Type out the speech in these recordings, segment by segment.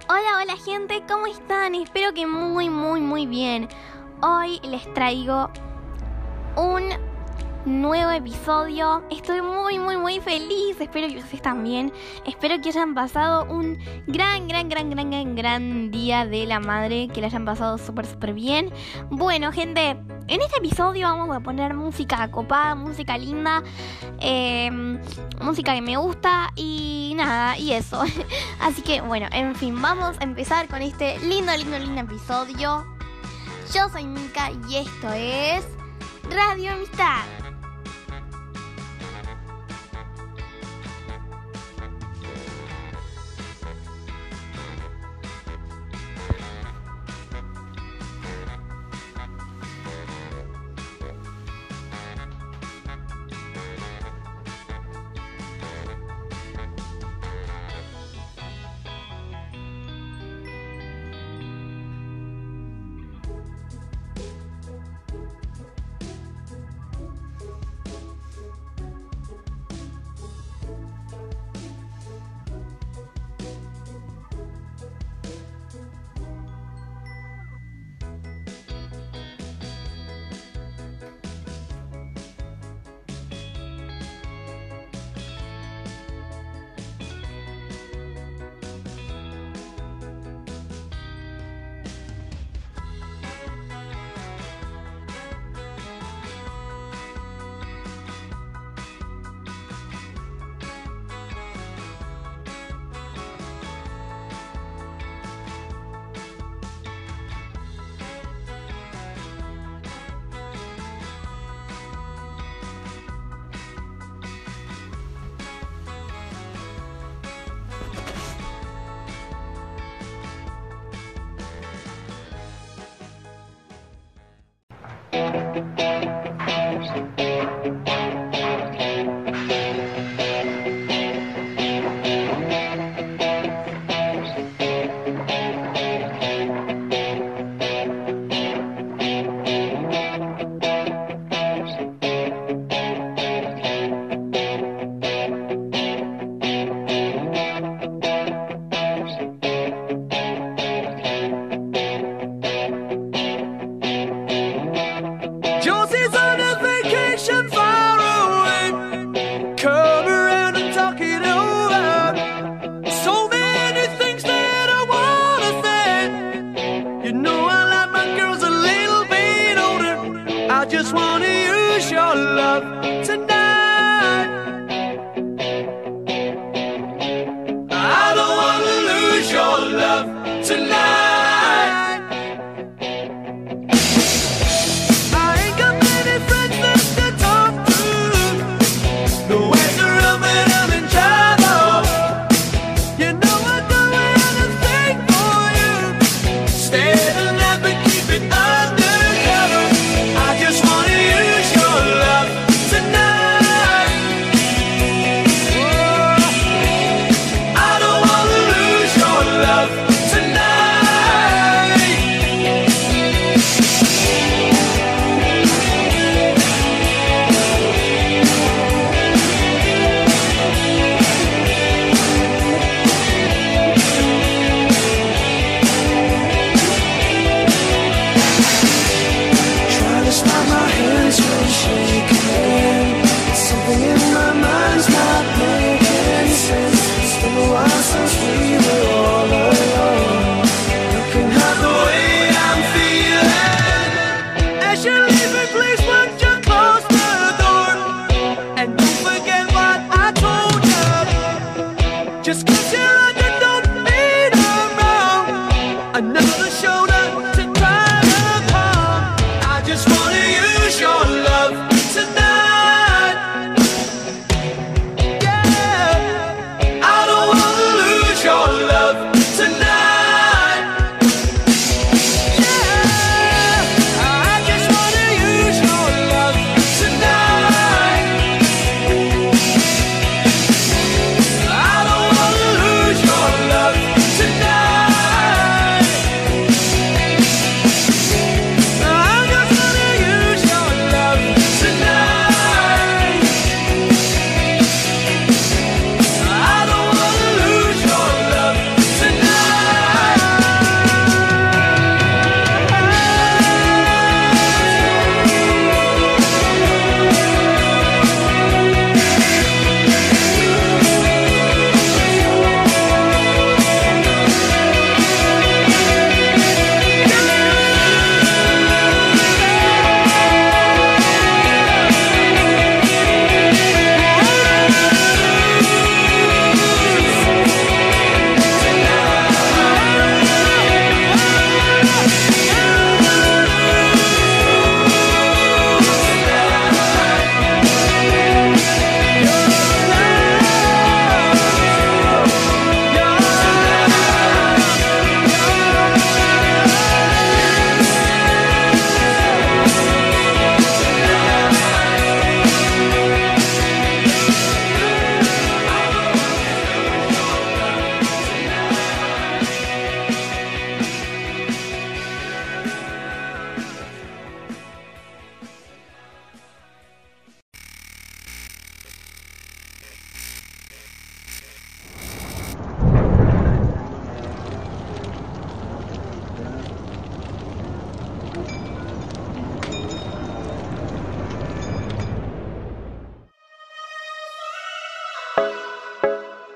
Hola, hola gente, ¿cómo están? Espero que muy bien. Hoy les traigo un nuevo episodio. Estoy muy feliz. Espero que ustedes también. Espero que hayan pasado un gran día de la madre. Que le hayan pasado súper bien. Bueno, gente, en este episodio vamos a poner música copada, música linda, música que me gusta y nada, y eso. Así que bueno, en fin, vamos a empezar con este lindo episodio. Yo soy Mika y esto es Radio Amistad.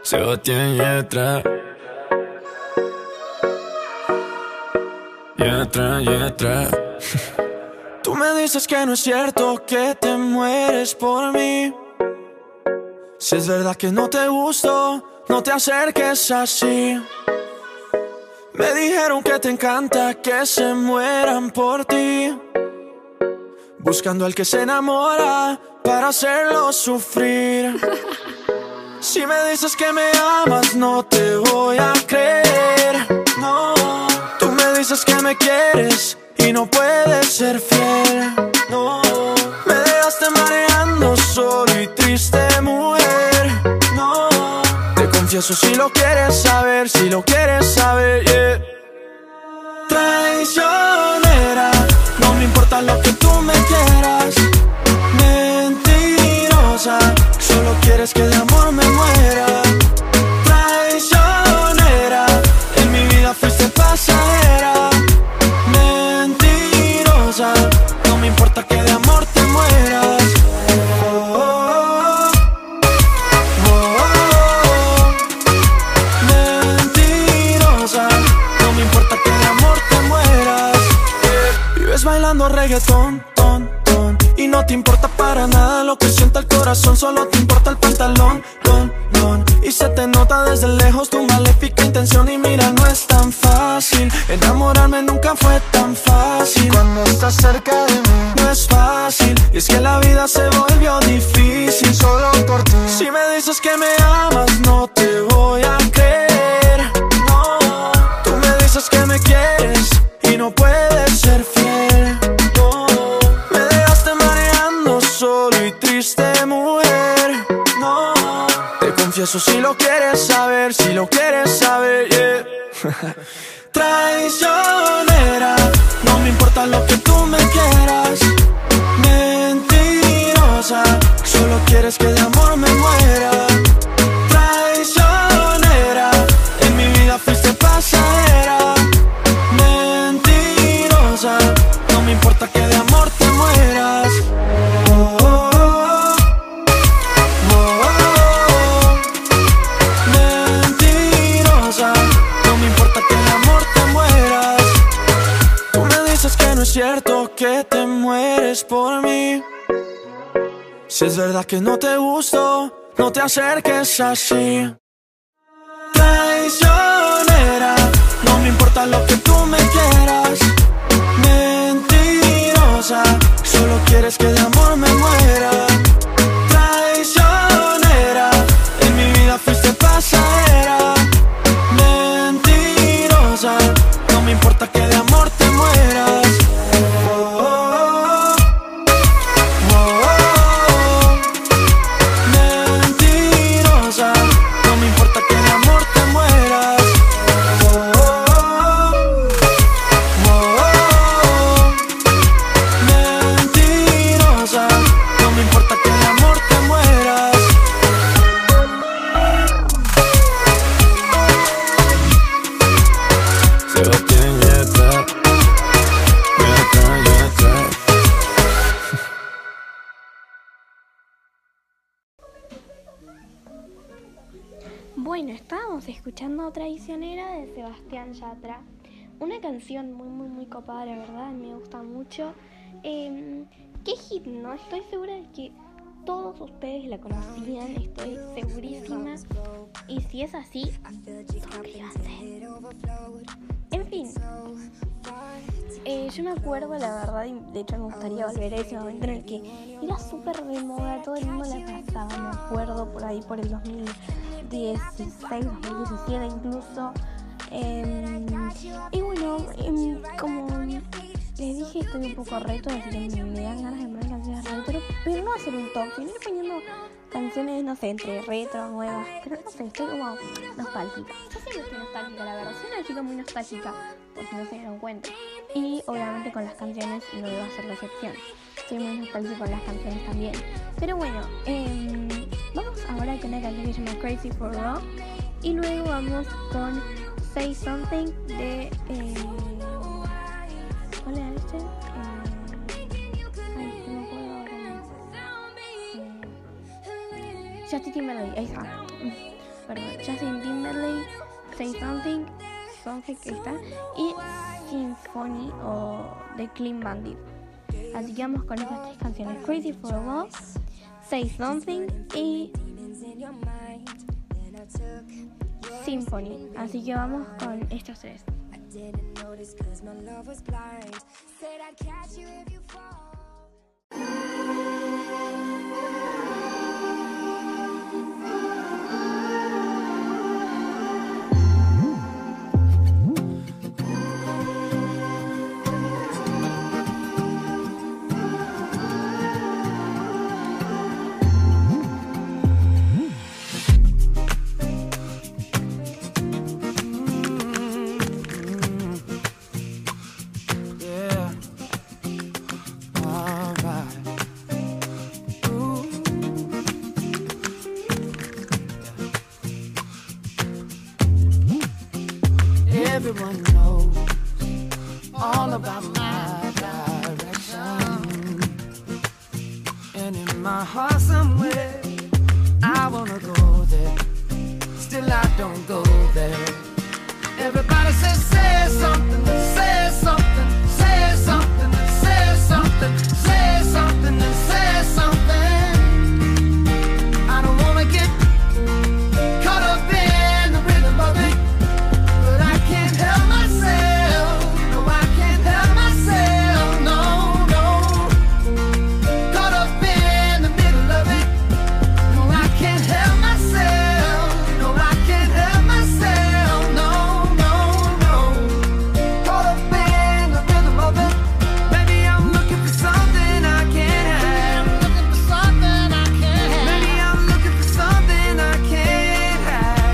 Sebastián Yatra. Yatra. Tú me dices que no es cierto, que te mueres por mí. Si es verdad que no te gusto, no te acerques así. Me dijeron que te encanta que se mueran por ti, buscando al que se enamora para hacerlo sufrir. Si me dices que me amas, no te voy a creer, no. Tú me dices que me quieres y no puedes ser fiel, no. Me dejaste mareando solo y triste, mujer, no. Te confieso si lo quieres saber, si lo quieres saber, yeah. Traicionera, no me importa lo que tú me quieras. Mentirosa, solo quieres que de amor me muera. Traicionera, en mi vida fuiste pasajera. Mentirosa, no me importa que de amor te mueras. Mentirosa, no me importa que de amor te mueras. Vives bailando reggaetón, y no te importa para nada lo que sienta el corazón. Solo te importa el pantalón, y se te nota desde lejos tu maléfica intención. Y mira, no es tan fácil, enamorarme nunca fue tan fácil. Cuando estás cerca de mí no es fácil, y es que la vida se volvió difícil solo por ti. Si me dices que me amas, no te voy a creer, no. Tú me dices que me quieres y no puedes ser fiel, no. Me dejaste mareando solo y triste, mujer, no. Te confieso si lo quieres saber, si lo quieres saber, yeah. Traicionera, no me importa lo que tú me quieras. Mentirosa, solo quieres que de amor me muera. Traicionera, en mi vida fuiste pasajera. Mentirosa, no me importa que de amor te mueras. Mentirosa, no me importa que de amor te mueras. Tú me dices que no es cierto, que te mueres por mí. Si es verdad que no te gusto, no te acerques así. Traicionera, no me importa lo que tú me quieras. Mentirosa, solo quieres que de amor me muera. Traicionera, en mi vida fuiste pasajera. Mentirosa, no me importa que de amor te mueras. Mentirosa, no me importa que de amor te mueras. Mentirosa, no me importa que de amor te mueras. Sebastián Yatra. Bueno, estábamos escuchando Traicionera de Sebastián Yatra. Una canción muy copada, la verdad, me gusta mucho. Qué hit, ¿no? Estoy segura de que todos ustedes la conocían, estoy segurísima. Y si es así, suscríbanse. En fin, yo me acuerdo, la verdad, y de hecho me gustaría volver a ese momento en el que era súper de moda, todo el mundo la pasaba, me acuerdo, por ahí por el 2016, 2017 incluso. Y bueno, como les dije, estoy un poco retro, así que me dan ganas de poner canciones retro, pero no hacer un top, sino ir poniendo canciones, no sé, entre retro, nuevas, pero no sé, estoy como nostálgica. Yo siempre estoy nostálgica, la verdad, soy una chica muy nostálgica, por si no se dieron cuenta. Y obviamente con las canciones no iba a ser la excepción. Soy muy nostálgica con las canciones también. Pero bueno, vamos ahora con una canción que se llama Crazy for Love. Y luego vamos con Say Something de... ¿cuál era este? Ay, no me acuerdo ahora. Justin Timberlake, ahí está. Justin Timberlake, Say Something, que está, y Symphony o The Clean Bandit. Así que vamos con estas tres canciones: Crazy for Love, Say Something y Symphony. Así que vamos con estos tres. Everyone knows all about my direction, and in my heart somewhere I wanna go there, still I don't go there. Everybody says say something, say something, say something, say something, say something, and say something. I don't wanna get caught up in the rhythm of it, but I can't help myself. No, I can't help myself. No, no. Caught up in the middle of it. No, I can't help myself. No, I can't help myself. No, no, no. Caught up in the rhythm of it. Maybe I'm looking for something I can't have. Looking for something I can't have. Maybe I'm looking for something I can't have.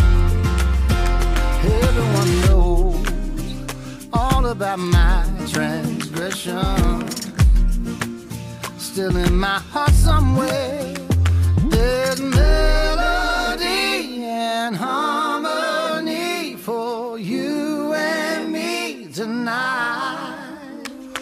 Everyone knows all about my transgression. Still in my heart somewhere, there's melody and harmony for you and me tonight.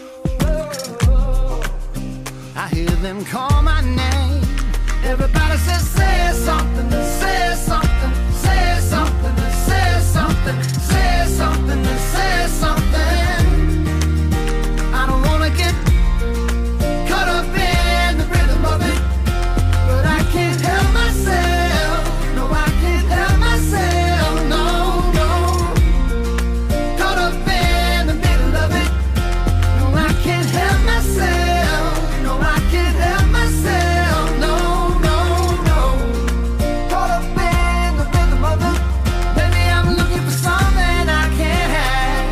I hear them call my name. Everybody says say something, say something, say something, say something, say something, say something. I don't wanna get caught up in the rhythm of it, but I can't help myself. No, I can't help myself. No, no. Caught up in the middle of it. No, I can't help myself. No, I can't help myself. No, no, no. Caught up in the rhythm of it. Maybe I'm looking for something I can't have.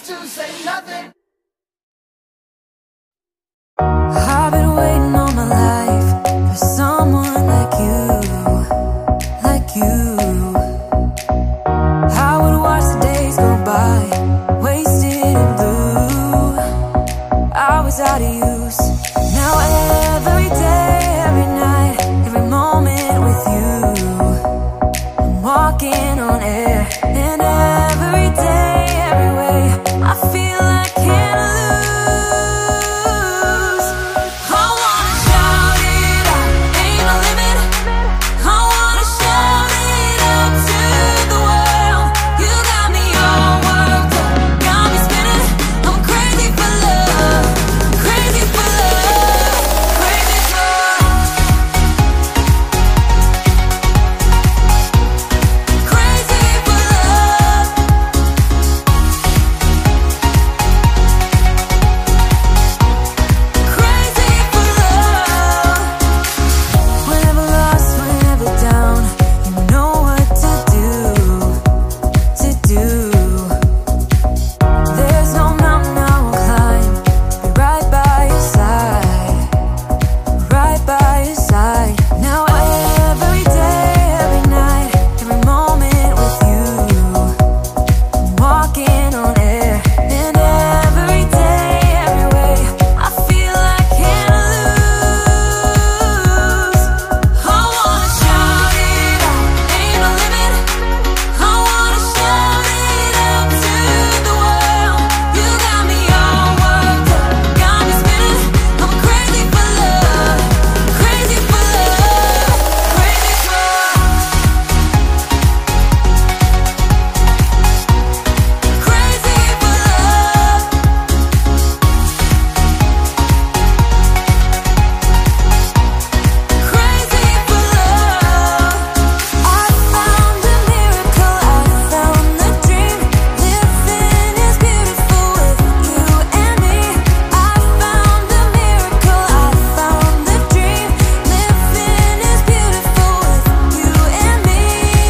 I've been waiting all my life for someone like you. I would watch the days go by, wasted in blue. I was out of use. Now every day, every night, every moment with you, I'm walking on air. And every day, every way, I feel I can't lose. I wanna shout it out, ain't no limit. I wanna shout it out to the world. You got me all worked up, got me spinning. I'm crazy for love, crazy for love, crazy for love, crazy for love, crazy for love. Whenever lost, whenever down, you know what to do, to do. There's no mountain I won't climb to be right by your side, right by your side. Now every day, every night, every moment with you, I'm walking on air. And every day, every way, I feel I can't lose. I wanna shout it out, ain't no limit. I wanna shout it out to the world. You got me all worked up, got me spinning. I'm crazy for love, crazy for love, crazy for love, crazy for love, crazy for love. I found a miracle, I found the dream. Living is beautiful with you and me. I found a miracle, I found the dream. Living is beautiful with you and me.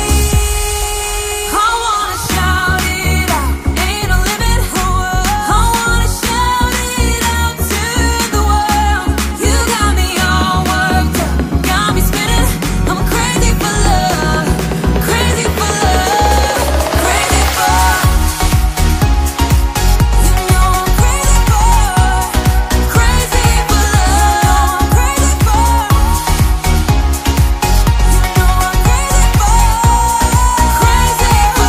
I wanna shout it out, ain't no limit. I wanna shout it out to the world. You got me all worked up, got me spinning. I'm crazy for love, crazy for love, crazy for. You know I'm crazy for, crazy for love, crazy for. You know I'm crazy for, crazy for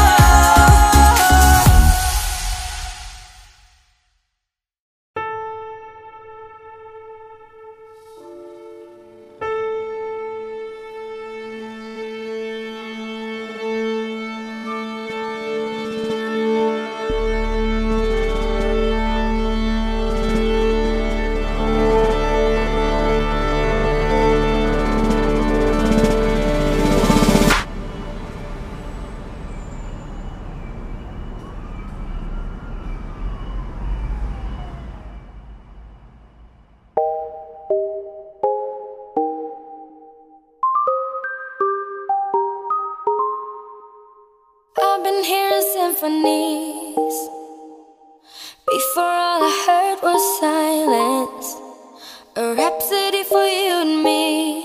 love. I've been hearing symphonies. Before all I heard was silence. A rhapsody for you and me.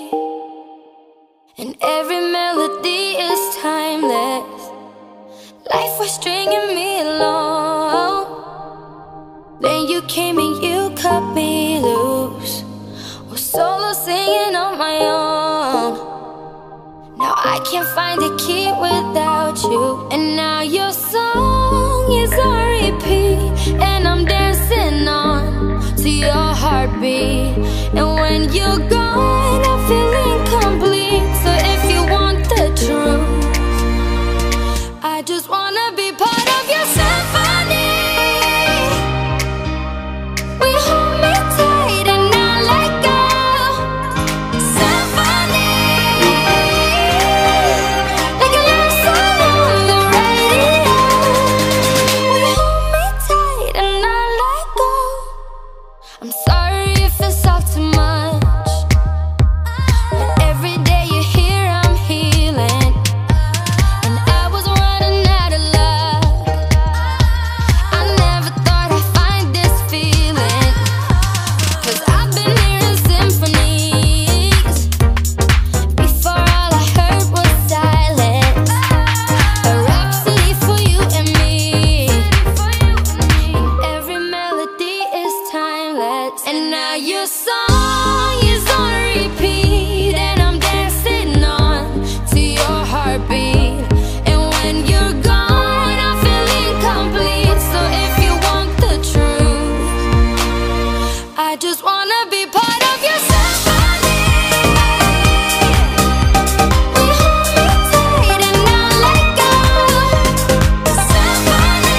And every melody is timeless. Life was stringing me along. Then you came and you cut me loose. Was solo singing on my own. Now I can't find a key without you. And now your song is on repeat. And I'm dancing on to your heartbeat. And when you're gone, I feel incomplete. So if you want the truth, I just wanna be part of your symphony. We hold me tight and not let go. Symphony, like a love song on the radio. We hold me tight and not let go. I'm sorry if it's all too much. And now your song is on repeat, and I'm dancing on to your heartbeat. And when you're gone, I feel incomplete. So if you want the truth, I just wanna be part of your symphony. We hold me tight and not let go. Symphony,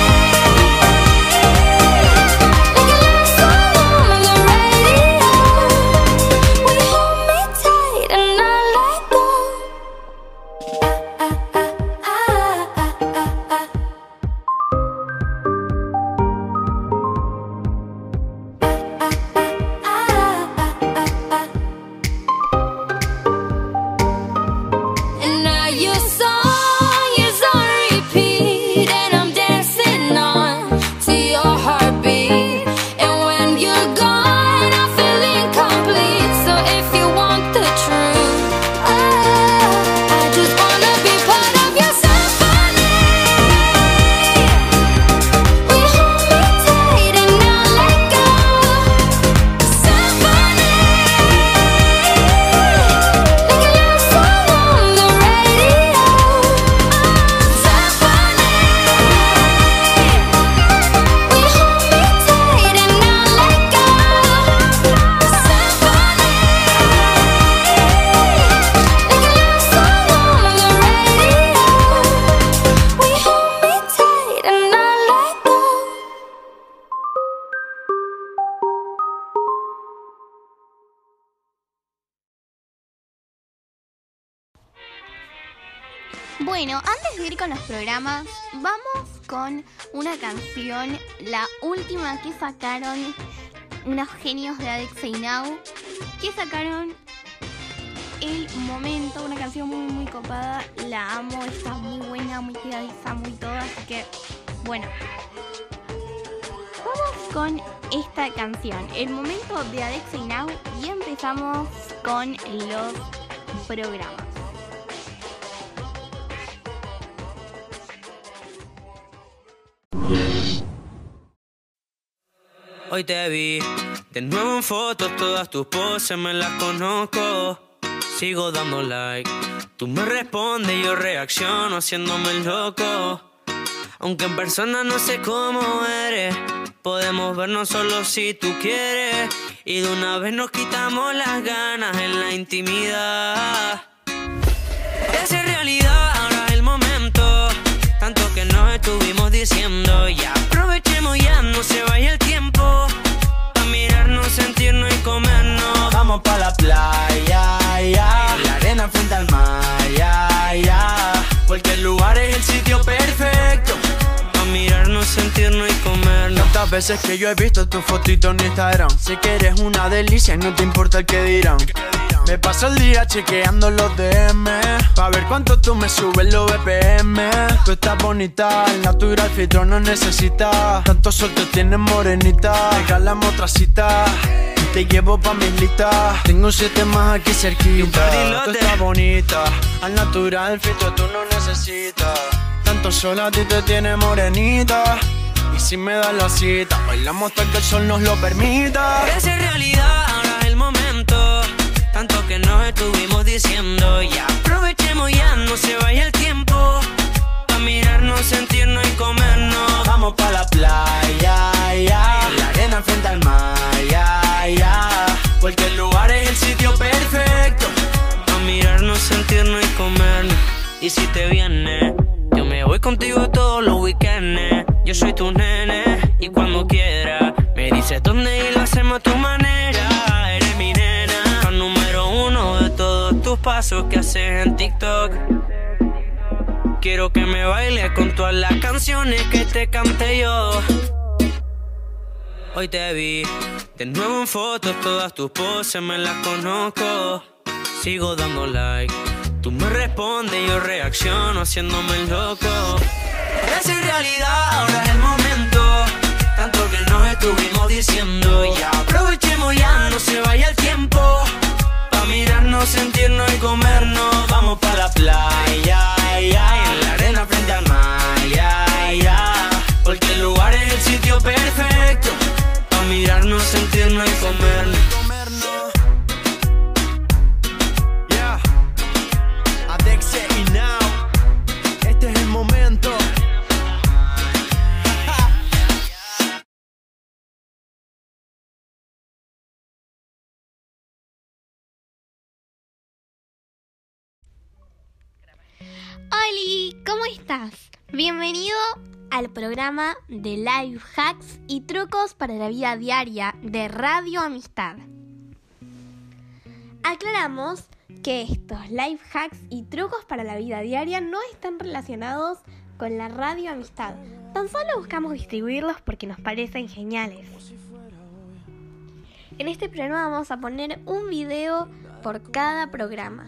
like a love song on the radio. We hold me tight and not let go. And now your song is on repeat, and I'm dancing on to your heartbeat. And when you're gone, I feel incomplete. So if you want the truth, I just wanna be part of your symphony. We hold me tight and not let go. Symphony, like a love song on the radio. Symphony, we hold me tight and not let go. Symphony, like a love song on the radio. We hold me tight and not let go. Bueno, antes de ir con los programas, vamos con una canción, la última que sacaron unos genios de Adexe y Now, que sacaron El Momento, una canción muy muy copada, la amo, está muy buena, muy quedadiza, muy toda, así que bueno. Vamos con esta canción, El Momento de Adexe y Now, y empezamos con los programas. Hoy te vi de nuevo en fotos, todas tus poses me las conozco. Sigo dando like, tú me respondes y yo reacciono haciéndome el loco. Aunque en persona no sé cómo eres, podemos vernos solo si tú quieres. Y de una vez nos quitamos las ganas en la intimidad. Esa es realidad, ahora es el momento. Tanto que nos estuvimos diciendo, ya aprovechemos, ya no se vaya el tiempo. A mirarnos, sentirnos y comernos. Vamos pa' la playa, ya. En la arena frente al mar, ya, ya. Porque el lugar es el sitio perfecto. A mirarnos, sentirnos y comernos. Tantas veces que yo he visto tu fotito en Instagram. Sé que eres una delicia y no te importa el que dirán. Me paso el día chequeando los DM pa' ver cuánto tú me subes los BPM. Tú estás bonita, el natural filtro no necesita. Tanto sol te tienes morenita. Regalamos otra cita, te llevo pa' mis listas. Tengo 7 más aquí cerquita. Tú estás bonita, al natural filtro tú no necesitas. Tanto sol a ti te tiene morenita. Y si me das la cita, bailamos hasta que el sol nos lo permita. Esa es realidad, ahora es el momento. Tanto que nos estuvimos diciendo, ya aprovechemos, ya no se vaya el tiempo. A mirarnos, sentirnos y comernos. Vamos pa' la playa, ya. En la arena frente al mar, ya, ya. Porque el lugar es el sitio perfecto. A mirarnos, sentirnos y comernos. Y si te viene, yo me voy contigo todos los weekends. Yo soy tu nene y cuando quieras me dices dónde y lo hacemos a tu manera. Eres mi nena, fan número 1 de todos tus pasos que haces en TikTok. Quiero que me bailes con todas las canciones que te canté yo. Hoy te vi de nuevo en fotos, todas tus poses me las conozco. Sigo dando like, tú me respondes y yo reacciono haciéndome el loco. Esa es realidad, ahora es el momento. Tanto que nos estuvimos diciendo, ya aprovechemos, ya no se vaya el tiempo. Pa' mirarnos, sentirnos y comernos. Vamos pa' la playa, ya. En la arena frente al mar, ya, ya. Porque el lugar es el sitio perfecto. Pa' mirarnos, sentirnos sentirnos y comernos. Yeah, Adexia y Now, este es el momento. Oli, ¿cómo estás? Bienvenido al programa de Life Hacks y Trucos para la Vida Diaria de Radio Amistad. Aclaramos que estos Life Hacks y Trucos para la Vida Diaria no están relacionados con la Radio Amistad. Tan solo buscamos distribuirlos porque nos parecen geniales. En este programa vamos a poner un video por cada programa,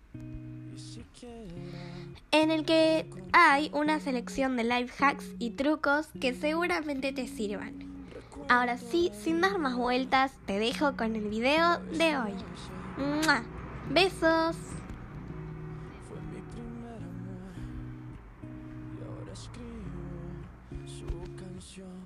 en el que hay una selección de life hacks y trucos que seguramente te sirvan. Ahora sí, sin dar más vueltas, te dejo con el video de hoy. ¡Mua! ¡Besos! Fue mi primer amor y ahora escribo su canción.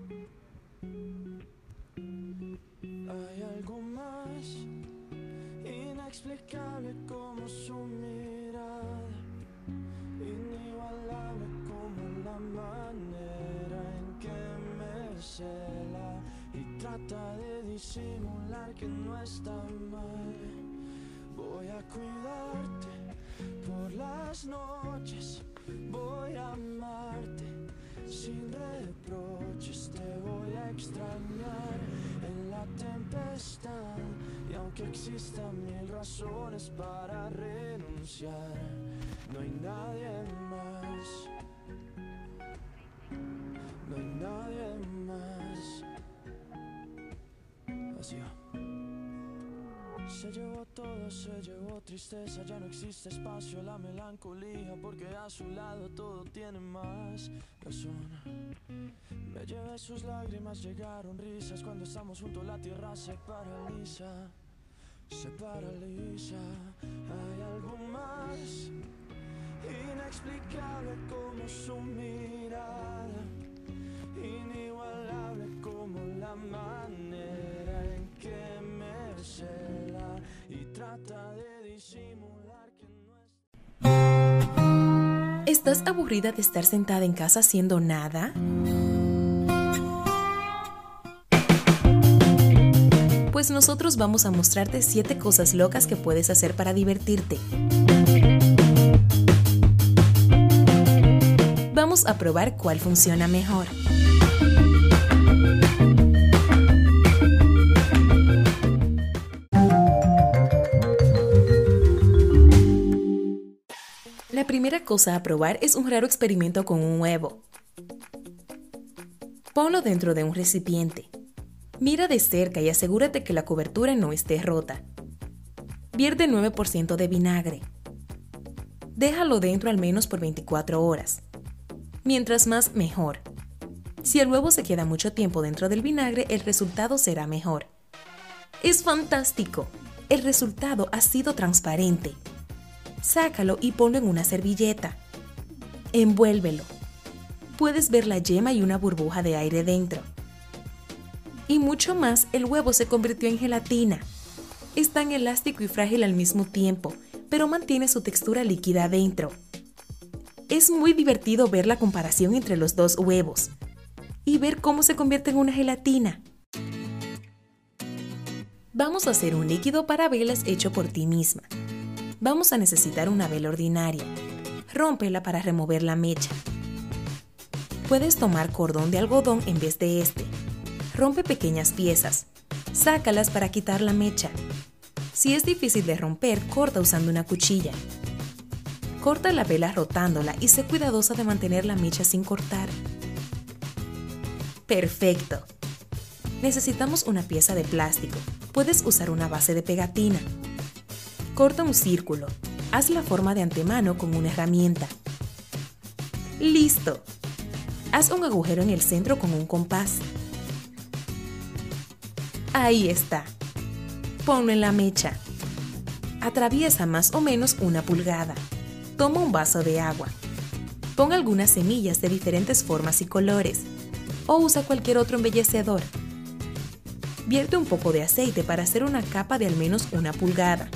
Hay algo más inexplicable como su mirada, inigualable como la manera en que me cela y trata de disimular que no está mal. Voy a cuidarte por las noches, voy a amarte sin reproches, te voy a extrañar en la tempestad, y aunque existan mil razones para renunciar, no hay nadie más, no hay nadie más. Así va. Se llevó todo, se llevó tristeza, ya no existe espacio, la melancolía, porque a su lado todo tiene más razón. Me llevé sus lágrimas, llegaron risas, cuando estamos juntos la tierra se paraliza, se paraliza. Hay algo más inexplicable como su mirada, inigualable como la manera en que me cela y trata de disimular que no es. ¿Estás aburrida de estar sentada en casa haciendo nada? Pues nosotros vamos a mostrarte 7 cosas locas que puedes hacer para divertirte. Vamos a probar cuál funciona mejor. La primera cosa a probar es un raro experimento con un huevo. Ponlo dentro de un recipiente. Mira de cerca y asegúrate que la cobertura no esté rota. Vierte 9% de vinagre. Déjalo dentro al menos por 24 horas. Mientras más, mejor. Si el huevo se queda mucho tiempo dentro del vinagre, el resultado será mejor. ¡Es fantástico! El resultado ha sido transparente. Sácalo y ponlo en una servilleta. Envuélvelo. Puedes ver la yema y una burbuja de aire dentro. Y mucho más, el huevo se convirtió en gelatina. Es tan elástico y frágil al mismo tiempo, pero mantiene su textura líquida dentro. Es muy divertido ver la comparación entre los dos huevos y ver cómo se convierte en una gelatina. Vamos a hacer un líquido para velas hecho por ti misma. Vamos a necesitar una vela ordinaria. Rómpela para remover la mecha. Puedes tomar cordón de algodón en vez de este. Rompe pequeñas piezas. Sácalas para quitar la mecha. Si es difícil de romper, corta usando una cuchilla. Corta la vela rotándola y sé cuidadosa de mantener la mecha sin cortar. ¡Perfecto! Necesitamos una pieza de plástico. Puedes usar una base de pegatina. Corta un círculo. Haz la forma de antemano con una herramienta. ¡Listo! Haz un agujero en el centro con un compás. Ahí está. Ponlo en la mecha. Atraviesa más o menos 1 pulgada. Toma un vaso de agua. Pon algunas semillas de diferentes formas y colores, o usa cualquier otro embellecedor. Vierte un poco de aceite para hacer una capa de al menos 1 pulgada.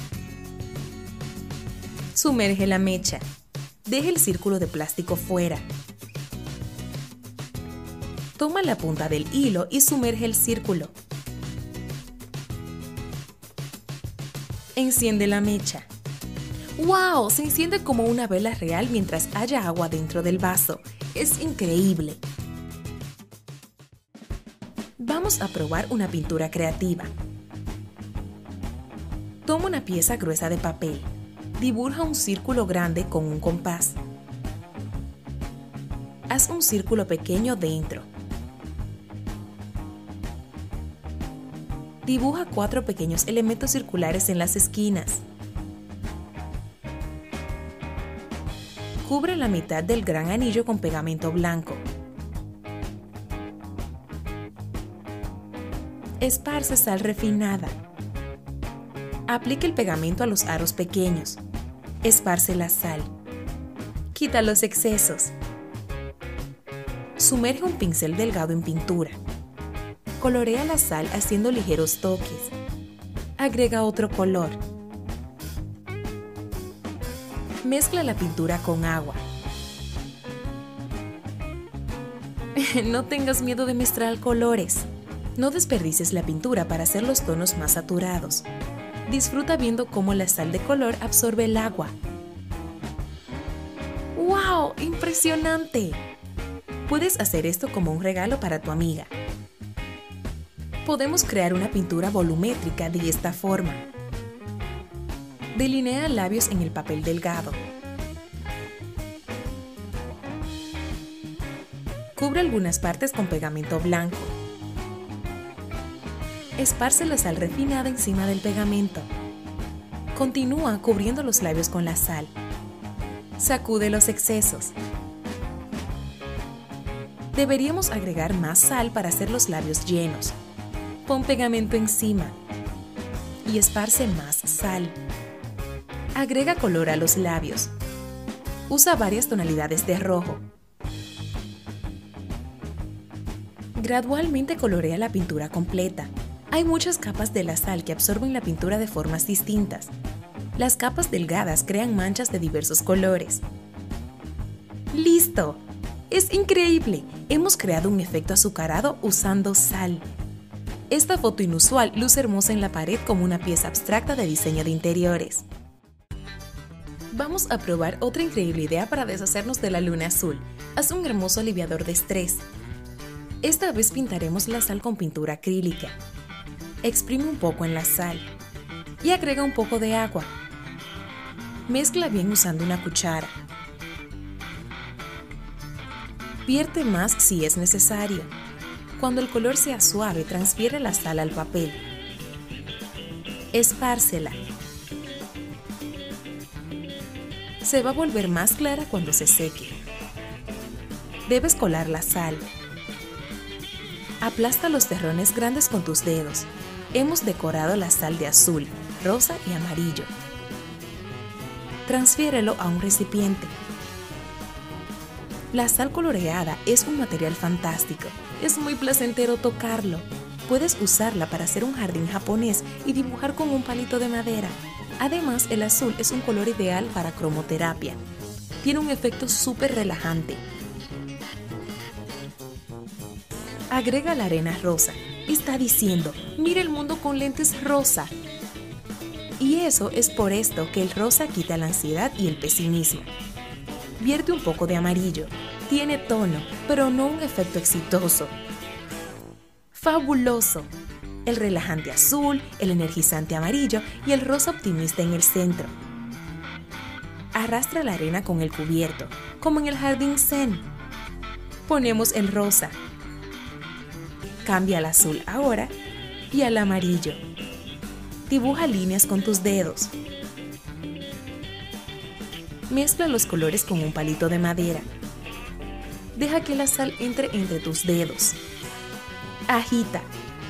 Sumerge la mecha. Deja el círculo de plástico fuera. Toma la punta del hilo y sumerge el círculo. Enciende la mecha. ¡Wow! Se enciende como una vela real mientras haya agua dentro del vaso. ¡Es increíble! Vamos a probar una pintura creativa. Toma una pieza gruesa de papel. Dibuja un círculo grande con un compás. Haz un círculo pequeño dentro. Dibuja 4 pequeños elementos circulares en las esquinas. Cubre la mitad del gran anillo con pegamento blanco. Esparce sal refinada. Aplica el pegamento a los aros pequeños. Esparce la sal. Quita los excesos. Sumerge un pincel delgado en pintura. Colorea la sal haciendo ligeros toques. Agrega otro color. Mezcla la pintura con agua. No tengas miedo de mezclar colores. No desperdicies la pintura para hacer los tonos más saturados. Disfruta viendo cómo la sal de color absorbe el agua. ¡Wow! ¡Impresionante! Puedes hacer esto como un regalo para tu amiga. Podemos crear una pintura volumétrica de esta forma. Delinea labios en el papel delgado. Cubre algunas partes con pegamento blanco. Esparce la sal refinada encima del pegamento. Continúa cubriendo los labios con la sal. Sacude los excesos. Deberíamos agregar más sal para hacer los labios llenos. Pon pegamento encima y esparce más sal. Agrega color a los labios. Usa varias tonalidades de rojo. Gradualmente colorea la pintura completa. Hay muchas capas de la sal que absorben la pintura de formas distintas. Las capas delgadas crean manchas de diversos colores. ¡Listo! ¡Es increíble! Hemos creado un efecto azucarado usando sal. Esta foto inusual luce hermosa en la pared como una pieza abstracta de diseño de interiores. Vamos a probar otra increíble idea para deshacernos de la luna azul. Haz un hermoso aliviador de estrés. Esta vez pintaremos la sal con pintura acrílica. Exprime un poco en la sal y agrega un poco de agua. Mezcla bien usando una cuchara. Vierte más si es necesario. Cuando el color sea suave, transfiere la sal al papel. Espárcela. Se va a volver más clara cuando se seque. Debes colar la sal. Aplasta los terrones grandes con tus dedos. Hemos decorado la sal de azul, rosa y amarillo. Transfiérelo a un recipiente. La sal coloreada es un material fantástico. Es muy placentero tocarlo. Puedes usarla para hacer un jardín japonés y dibujar con un palito de madera. Además, el azul es un color ideal para cromoterapia. Tiene un efecto súper relajante. Agrega la arena rosa. Está diciendo, mira el mundo con lentes rosa. Y eso es por esto que el rosa quita la ansiedad y el pesimismo. Vierte un poco de amarillo. Tiene tono, pero no un efecto exitoso. ¡Fabuloso! El relajante azul, el energizante amarillo y el rosa optimista en el centro. Arrastra la arena con el cubierto, como en el jardín zen. Ponemos el rosa. Cambia al azul ahora y al amarillo. Dibuja líneas con tus dedos. Mezcla los colores con un palito de madera. Deja que la sal entre tus dedos. Agita.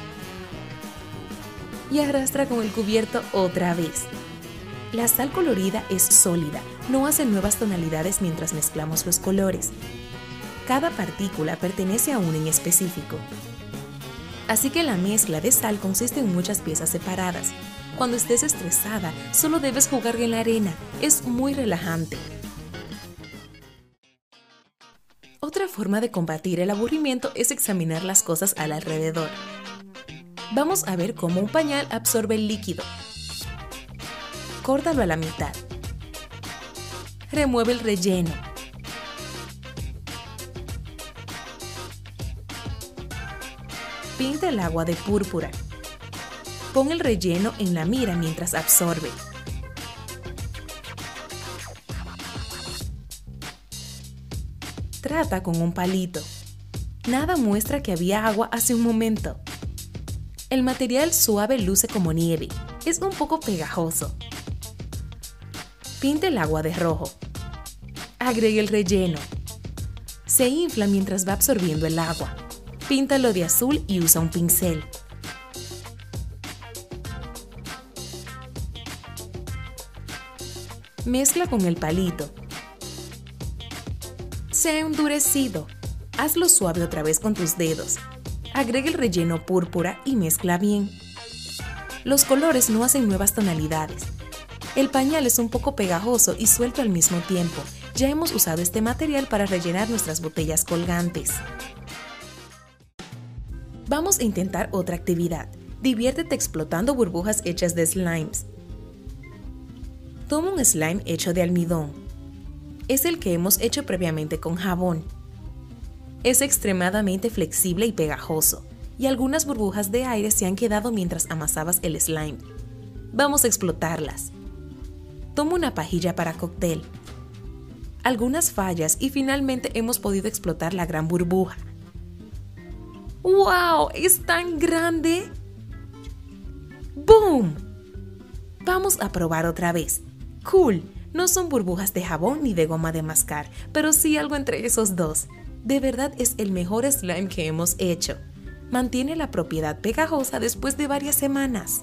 Y arrastra con el cubierto otra vez. La sal colorida es sólida, no hace nuevas tonalidades mientras mezclamos los colores. Cada partícula pertenece a una en específico. Así que la mezcla de sal consiste en muchas piezas separadas. Cuando estés estresada, solo debes jugar en la arena. Es muy relajante. Otra forma de combatir el aburrimiento es examinar las cosas al alrededor. Vamos a ver cómo un pañal absorbe el líquido. Córtalo a la mitad. Remueve el relleno. Pinta el agua de púrpura. Pon el relleno en la mira mientras absorbe. Trata con un palito. Nada muestra que había agua hace un momento. El material suave luce como nieve. Es un poco pegajoso. Pinta el agua de rojo. Agregue el relleno. Se infla mientras va absorbiendo el agua. Píntalo de azul y usa un pincel. Mezcla con el palito. Se ha endurecido. Hazlo suave otra vez con tus dedos. Agrega el relleno púrpura y mezcla bien. Los colores no hacen nuevas tonalidades. El pañal es un poco pegajoso y suelto al mismo tiempo. Ya hemos usado este material para rellenar nuestras botellas colgantes. Vamos a intentar otra actividad. Diviértete explotando burbujas hechas de slimes. Toma un slime hecho de almidón. Es el que hemos hecho previamente con jabón. Es extremadamente flexible y pegajoso, y algunas burbujas de aire se han quedado mientras amasabas el slime. Vamos a explotarlas. Toma una pajilla para cóctel. Algunas fallas y finalmente hemos podido explotar la gran burbuja. ¡Wow! ¡Es tan grande! ¡Boom! Vamos a probar otra vez. ¡Cool! No son burbujas de jabón ni de goma de mascar, pero sí algo entre esos dos. De verdad es el mejor slime que hemos hecho. Mantiene la propiedad pegajosa después de varias semanas.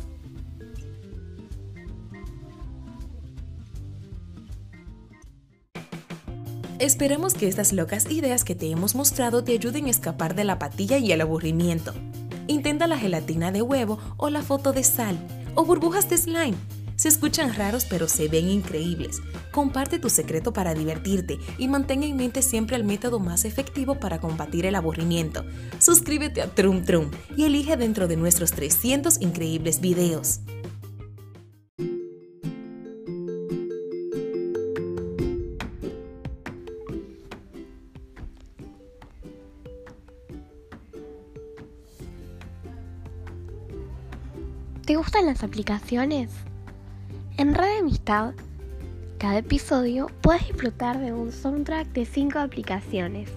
Esperamos que estas locas ideas que te hemos mostrado te ayuden a escapar de la apatía y el aburrimiento. Intenta la gelatina de huevo o la foto de sal o burbujas de slime. Se escuchan raros pero se ven increíbles. Comparte tu secreto para divertirte y mantén en mente siempre el método más efectivo para combatir el aburrimiento. Suscríbete a Trum Trum y elige dentro de nuestros 300 increíbles videos. ¿Te gustan las aplicaciones? En Radio Amistad, cada episodio puedes disfrutar de un soundtrack de 5 aplicaciones.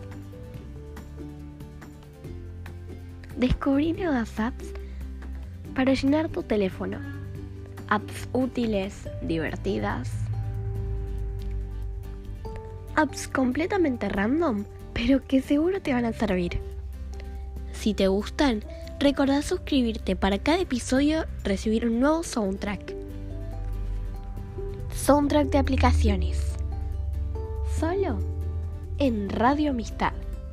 Descubrí nuevas apps para llenar tu teléfono. Apps útiles, divertidas. Apps completamente random, pero que seguro te van a servir. Si te gustan, recordá suscribirte para cada episodio recibir un nuevo soundtrack. Soundtrack de aplicaciones. Solo en Radio Amistad.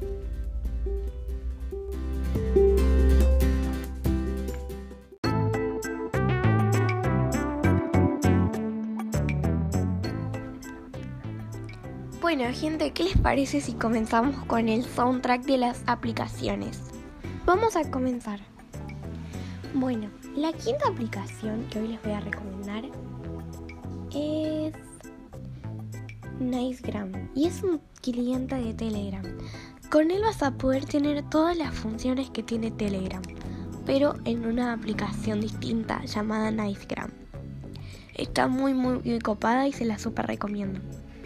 Bueno, gente, ¿qué les parece si comenzamos con el soundtrack de las aplicaciones? Vamos a comenzar. Bueno, la quinta aplicación que hoy les voy a recomendar es Nicegram y es un cliente de Telegram. Con él vas a poder tener todas las funciones que tiene Telegram, pero en una aplicación distinta llamada Nicegram. Está muy copada y se la super recomiendo.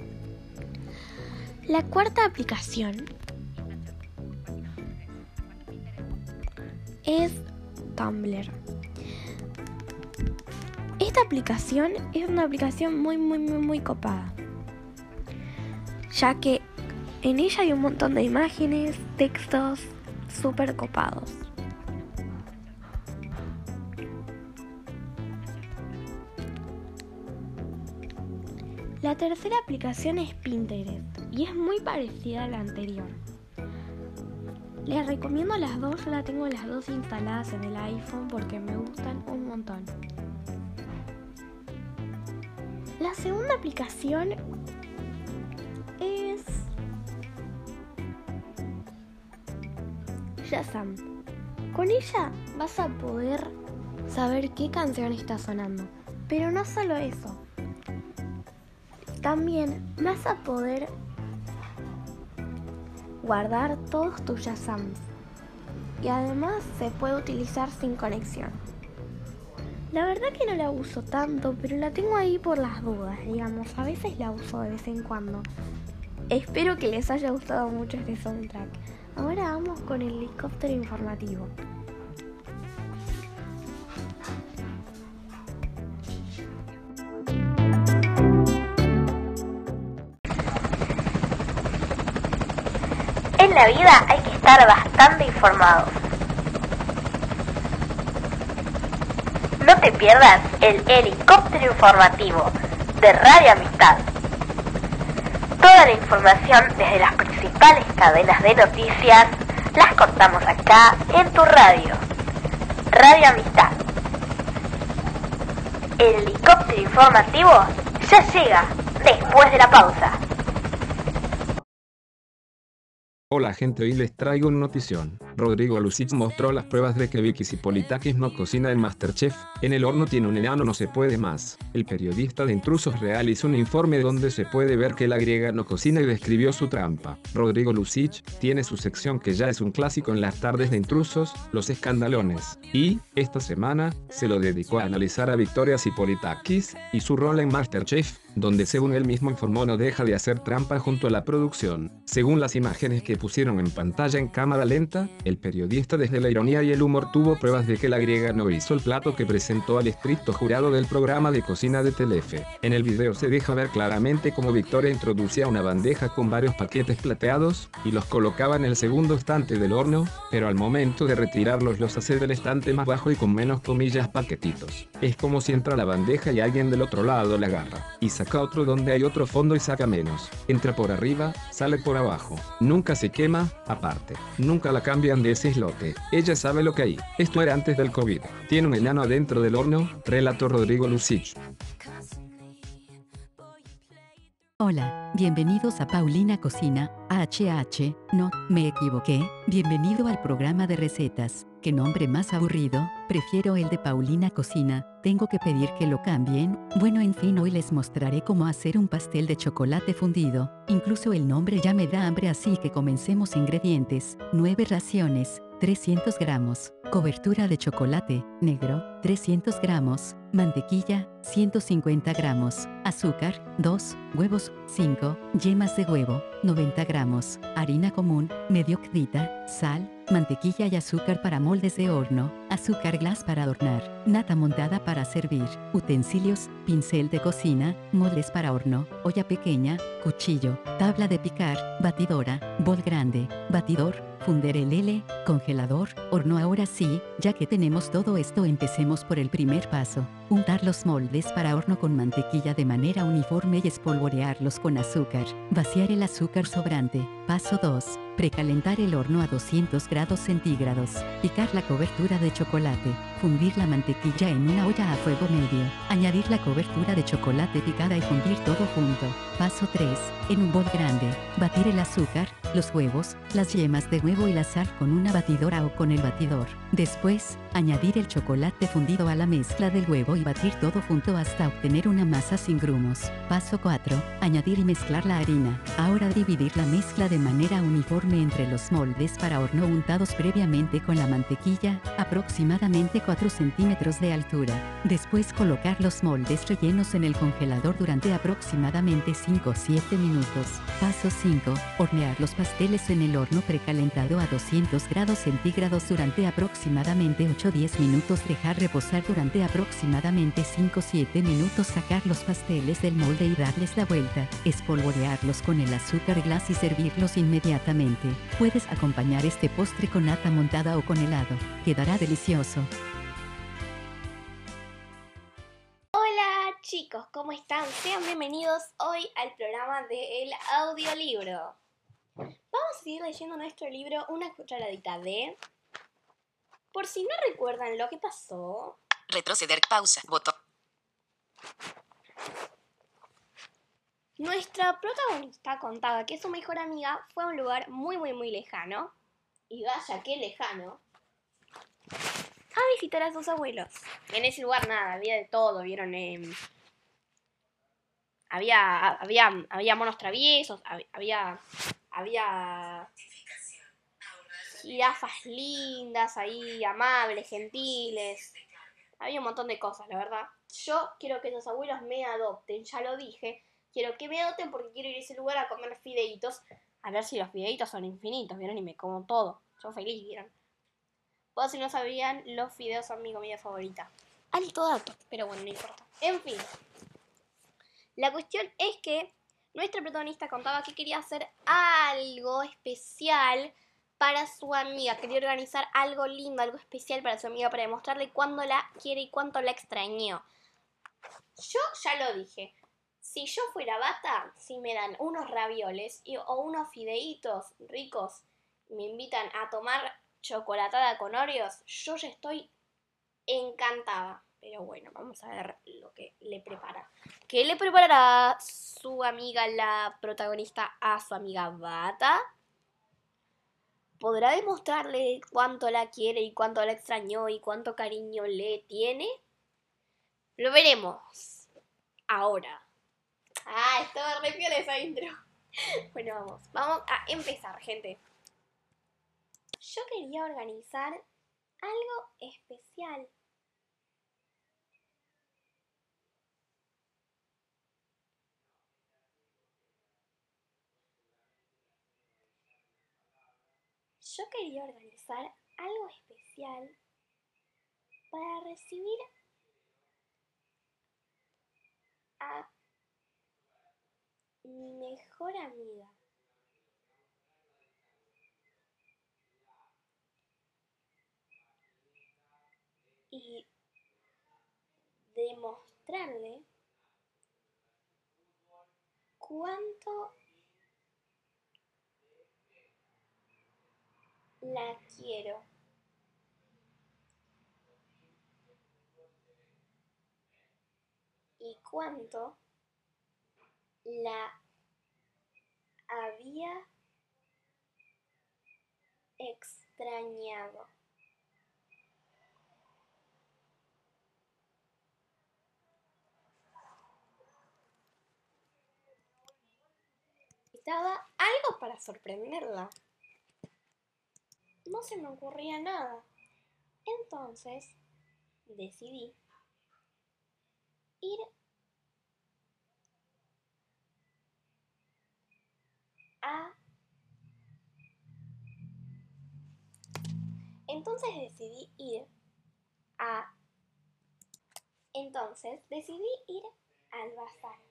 La cuarta aplicación es Tumblr. Esta aplicación es una aplicación muy copada, ya que en ella hay un montón de imágenes, textos súper copados. La tercera aplicación es Pinterest y es muy parecida a la anterior. Les recomiendo las dos, yo las tengo las dos instaladas en el iPhone porque me gustan un montón. La segunda aplicación es Shazam. Con ella vas a poder saber qué canción está sonando. Pero no solo eso. También vas a poder guardar todos tus Shazams. Y además se puede utilizar sin conexión. La verdad que no la uso tanto, pero la tengo ahí por las dudas, digamos. A veces la uso de vez en cuando. Espero que les haya gustado mucho este soundtrack. Ahora vamos con el helicóptero informativo. En la vida hay que estar bastante informados. No te pierdas el helicóptero informativo de Radio Amistad. Toda la información desde las principales cadenas de noticias las contamos acá en tu radio. Radio Amistad. El helicóptero informativo ya llega después de la pausa. Hola gente, hoy les traigo una notición. Rodrigo Lucich mostró las pruebas de que Vicky Zipolitakis no cocina en MasterChef. En el horno tiene un enano, no se puede más. El periodista de Intrusos realizó un informe donde se puede ver que la griega no cocina y describió su trampa. Rodrigo Lucich tiene su sección que ya es un clásico en las tardes de Intrusos, Los Escandalones. Y, esta semana, se lo dedicó a analizar a Victoria Zipolitakis y su rol en MasterChef, donde según él mismo informó no deja de hacer trampa junto a la producción. Según las imágenes que pusieron en pantalla en cámara lenta, el periodista desde la ironía y el humor tuvo pruebas de que la griega no hizo el plato que presentó al estricto jurado del programa de cocina de Telefe. En el video se deja ver claramente cómo Victoria introducía una bandeja con varios paquetes plateados y los colocaba en el segundo estante del horno, pero al momento de retirarlos los hace del estante más bajo y con menos comillas paquetitos. Es como si entra la bandeja y alguien del otro lado la agarra y saca otro donde hay otro fondo y saca menos. Entra por arriba, sale por abajo. Nunca se quema, aparte. Nunca la cambian de ese islote. Ella sabe lo que hay. Esto era antes del COVID. Tiene un enano adentro del horno, relató Rodrigo Lucich. Hola, bienvenidos a Paulina Cocina, HH, no, me equivoqué, bienvenido al programa de recetas. ¿Qué nombre más aburrido? Prefiero el de Paulina Cocina. Tengo que pedir que lo cambien. Bueno, en fin, hoy les mostraré cómo hacer un pastel de chocolate fundido. Incluso el nombre ya me da hambre, así que comencemos. Ingredientes: 9 raciones, 300 gramos, cobertura de chocolate negro, 300 gramos, mantequilla, 150 gramos, azúcar, 2, huevos, 5, yemas de huevo, 90 gramos, harina común, medio cdita, sal, mantequilla y azúcar para moldes de horno, azúcar glass para adornar, nata montada para servir, utensilios, pincel de cocina, moldes para horno, olla pequeña, cuchillo, tabla de picar, batidora, bol grande, batidor, fundir el L, congelador, horno. Ahora sí, ya que tenemos todo esto, empecemos por el primer paso. Untar los moldes para horno con mantequilla de manera uniforme y espolvorearlos con azúcar. Vaciar el azúcar sobrante. Paso 2. Precalentar el horno a 200 grados centígrados. Picar la cobertura de chocolate. Fundir la mantequilla en una olla a fuego medio. Añadir la cobertura de chocolate picada y fundir todo junto. Paso 3. En un bol grande, batir el azúcar, los huevos, las yemas de huevo y la sal con una batidora o con el batidor. Después, añadir el chocolate fundido a la mezcla del huevo y batir todo junto hasta obtener una masa sin grumos. Paso 4. Añadir y mezclar la harina. Ahora dividir la mezcla de manera uniforme entre los moldes para horno untados previamente con la mantequilla, aproximadamente 4 centímetros de altura. Después colocar los moldes rellenos en el congelador durante aproximadamente 5 o 7 minutos. Paso 5. Hornear los pasteles en el horno precalentado a 200 grados centígrados durante aproximadamente 8 o 10 minutos. Dejar reposar durante aproximadamente 5 o 7 minutos. Sacar los pasteles del molde y darles la vuelta. Espolvorearlos con el azúcar glass y servirlos inmediatamente. Puedes acompañar este postre con nata montada o con helado. Quedará delicioso. Hola chicos, ¿cómo están? Sean bienvenidos hoy al programa del audiolibro. Vamos vamos a seguir leyendo nuestro libro Una cucharadita de... Por si no recuerdan lo que pasó... Retroceder, pausa, botón. Nuestra protagonista contaba que su mejor amiga fue a un lugar muy, muy, muy lejano. Y vaya, qué lejano. A visitar a sus abuelos. En ese lugar nada, había de todo, ¿vieron? Había monos traviesos, había jirafas lindas ahí, amables, gentiles. Había un montón de cosas, la verdad. Yo quiero que esos abuelos me adopten, ya lo dije. Quiero que me adopten porque quiero ir a ese lugar a comer fideitos. A ver si los fideitos son infinitos, ¿vieron? Y me como todo. Yo feliz, ¿vieron? Pues si no sabían, los fideos son mi comida favorita. Alto dato, pero bueno, no importa. En fin. La cuestión es que nuestra protagonista contaba que quería hacer algo especial para su amiga. Quería organizar algo lindo, algo especial para su amiga, para demostrarle cuándo la quiere y cuánto la extrañó. Yo ya lo dije. Si yo fuera Bata, si me dan unos ravioles o unos fideitos ricos y me invitan a tomar chocolatada con Oreos, yo ya estoy encantada. Pero bueno, vamos a ver lo que le prepara. ¿Qué le preparará su amiga, la protagonista, a su amiga Bata? ¿Podrá demostrarle cuánto la quiere y cuánto la extrañó y cuánto cariño le tiene? Lo veremos ahora. Estaba re piola esa intro. Bueno, vamos a empezar, gente. Yo quería organizar algo especial. Yo quería organizar algo especial para recibir a mi mejor amiga. Y demostrarle cuánto la quiero. Y cuánto la había extrañado. Necesitaba algo para sorprenderla. No se me ocurría nada. Entonces decidí ir a... Entonces decidí ir al bazar.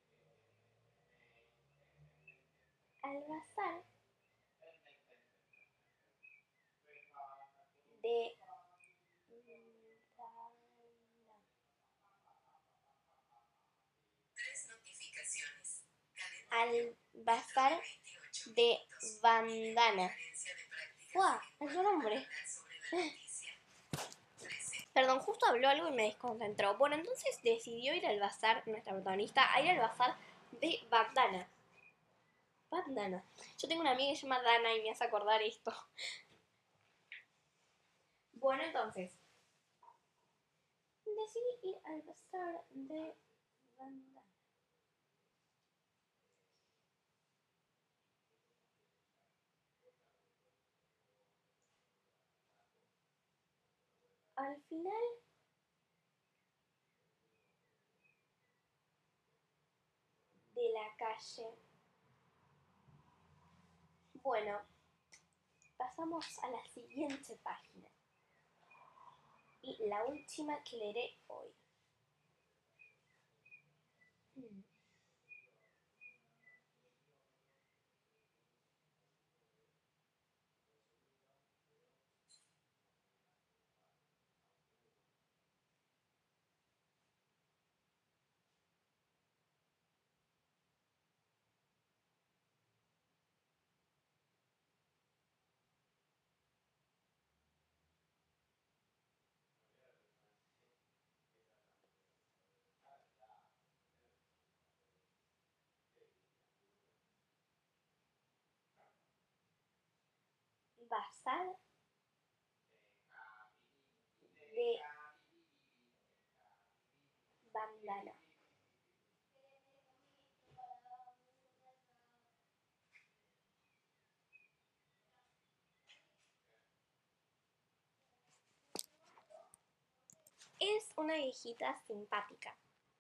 Al bazar de... Al bazar de bandana. ¡Guau! Es su nombre. Perdón, justo habló algo y me desconcentró. Bueno, entonces decidió ir al bazar, nuestra protagonista, a ir al bazar de bandana. Bandana. Yo tengo una amiga que se llama Dana y me hace acordar esto. Bueno, entonces decidí ir al bazar de bandana. Al final de la calle. Bueno, pasamos a la siguiente página. Y la última que leeré hoy. bazar de bandana. Es una viejita simpática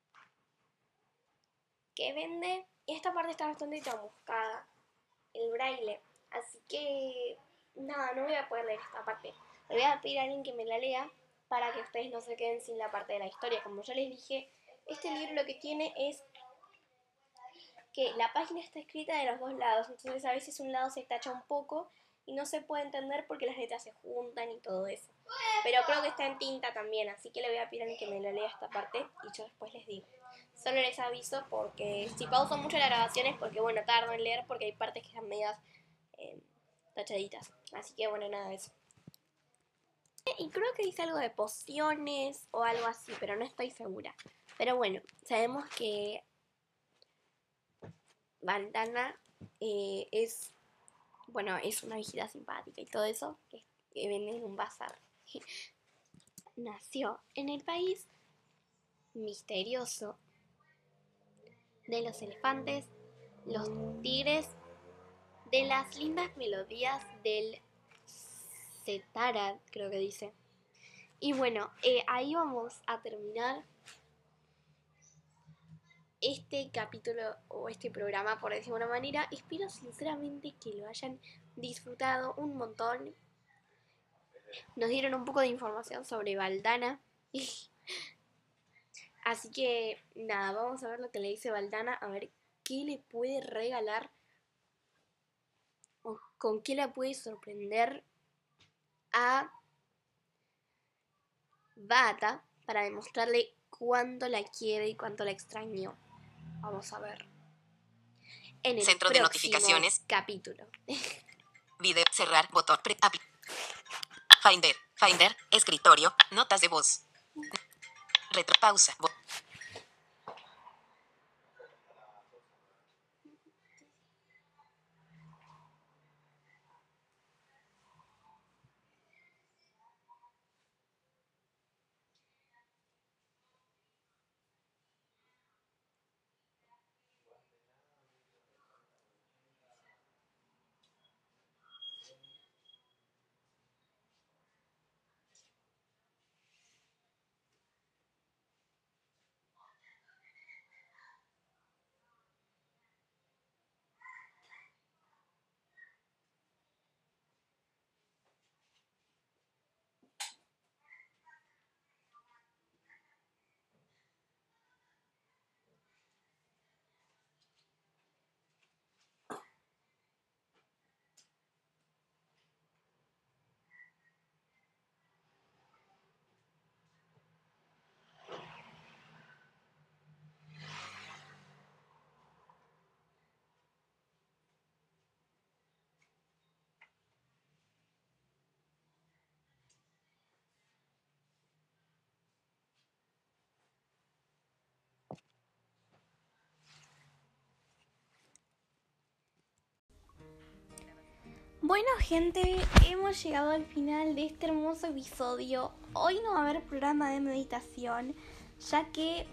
que vende, y esta parte está bastante chamuscada, el braille, así que nada, no voy a poder leer esta parte. Le voy a pedir a alguien que me la lea para que ustedes no se queden sin la parte de la historia. Como ya les dije, este libro lo que tiene es que la página está escrita de los dos lados, entonces a veces un lado se tacha un poco y no se puede entender porque las letras se juntan y todo eso. Pero creo que está en tinta también, así que le voy a pedir a alguien que me la lea esta parte y yo después les digo. Solo les aviso porque si pauso mucho las grabaciones, porque bueno, tardo en leer porque hay partes que están medias tachaditas. Así que bueno, nada de eso. Y creo que dice algo de pociones o algo así, pero no estoy segura. Pero bueno, sabemos que Bandana es una viejita simpática y todo eso que vende en un bazar. Nació en el país misterioso de los elefantes, los tigres, de las lindas melodías del Setara, creo que dice. Y bueno, ahí vamos a terminar este capítulo o este programa, por decirlo de una manera. Espero sinceramente que lo hayan disfrutado un montón. Nos dieron un poco de información sobre Baldana. Así que nada, vamos a ver lo que le dice Baldana, a ver qué le puede regalar o con qué la puede sorprender a Bata para demostrarle cuánto la quiere y cuánto la extrañó. Vamos a ver en el Centro de notificaciones. Capítulo. Video, cerrar, botón, Finder, escritorio, notas de voz. Retropausa. Bueno, gente, hemos llegado al final de este hermoso episodio. Hoy no va a haber programa de meditación, ya que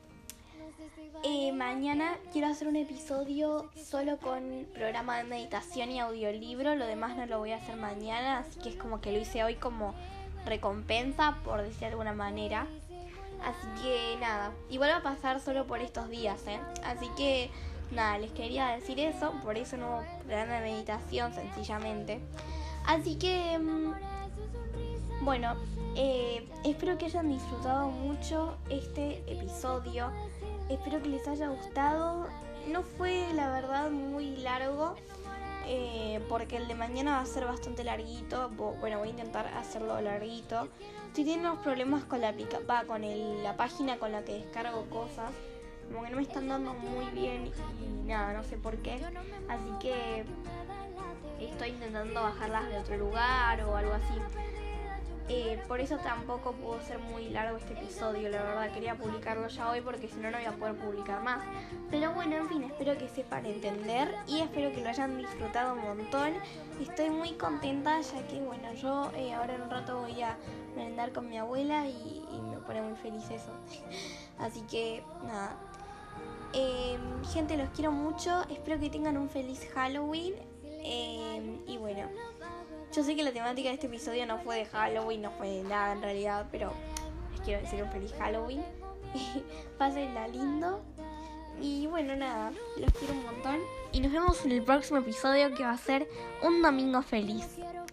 mañana quiero hacer un episodio solo con programa de meditación y audiolibro. Lo demás no lo voy a hacer mañana, así que es como que lo hice hoy como recompensa, por decir de alguna manera. Así que nada, igual va a pasar solo por estos días, así que nada, les quería decir eso, por eso no hubo programa de meditación, sencillamente. Así que, bueno, espero que hayan disfrutado mucho este episodio. Espero que les haya gustado. No fue, la verdad, muy largo, porque el de mañana va a ser bastante larguito. Bueno, voy a intentar hacerlo larguito. Si tienen unos problemas con la página con la que descargo cosas, como que no me están dando muy bien y nada, no sé por qué. Así que estoy intentando bajarlas de otro lugar o algo así. Por eso tampoco pudo ser muy largo este episodio, la verdad. Quería publicarlo ya hoy porque si no, no voy a poder publicar más. Pero bueno, en fin, espero que sepan entender y espero que lo hayan disfrutado un montón. Estoy muy contenta ya que, bueno, yo ahora en un rato voy a merendar con mi abuela y me pone muy feliz eso. Así que, nada. Gente, los quiero mucho. Espero que tengan un feliz Halloween. Y bueno, yo sé que la temática de este episodio no fue de Halloween, no fue de nada en realidad, pero les quiero decir un feliz Halloween. Pásenla lindo. Y bueno, nada, los quiero un montón. Y nos vemos en el próximo episodio, que va a ser un domingo feliz.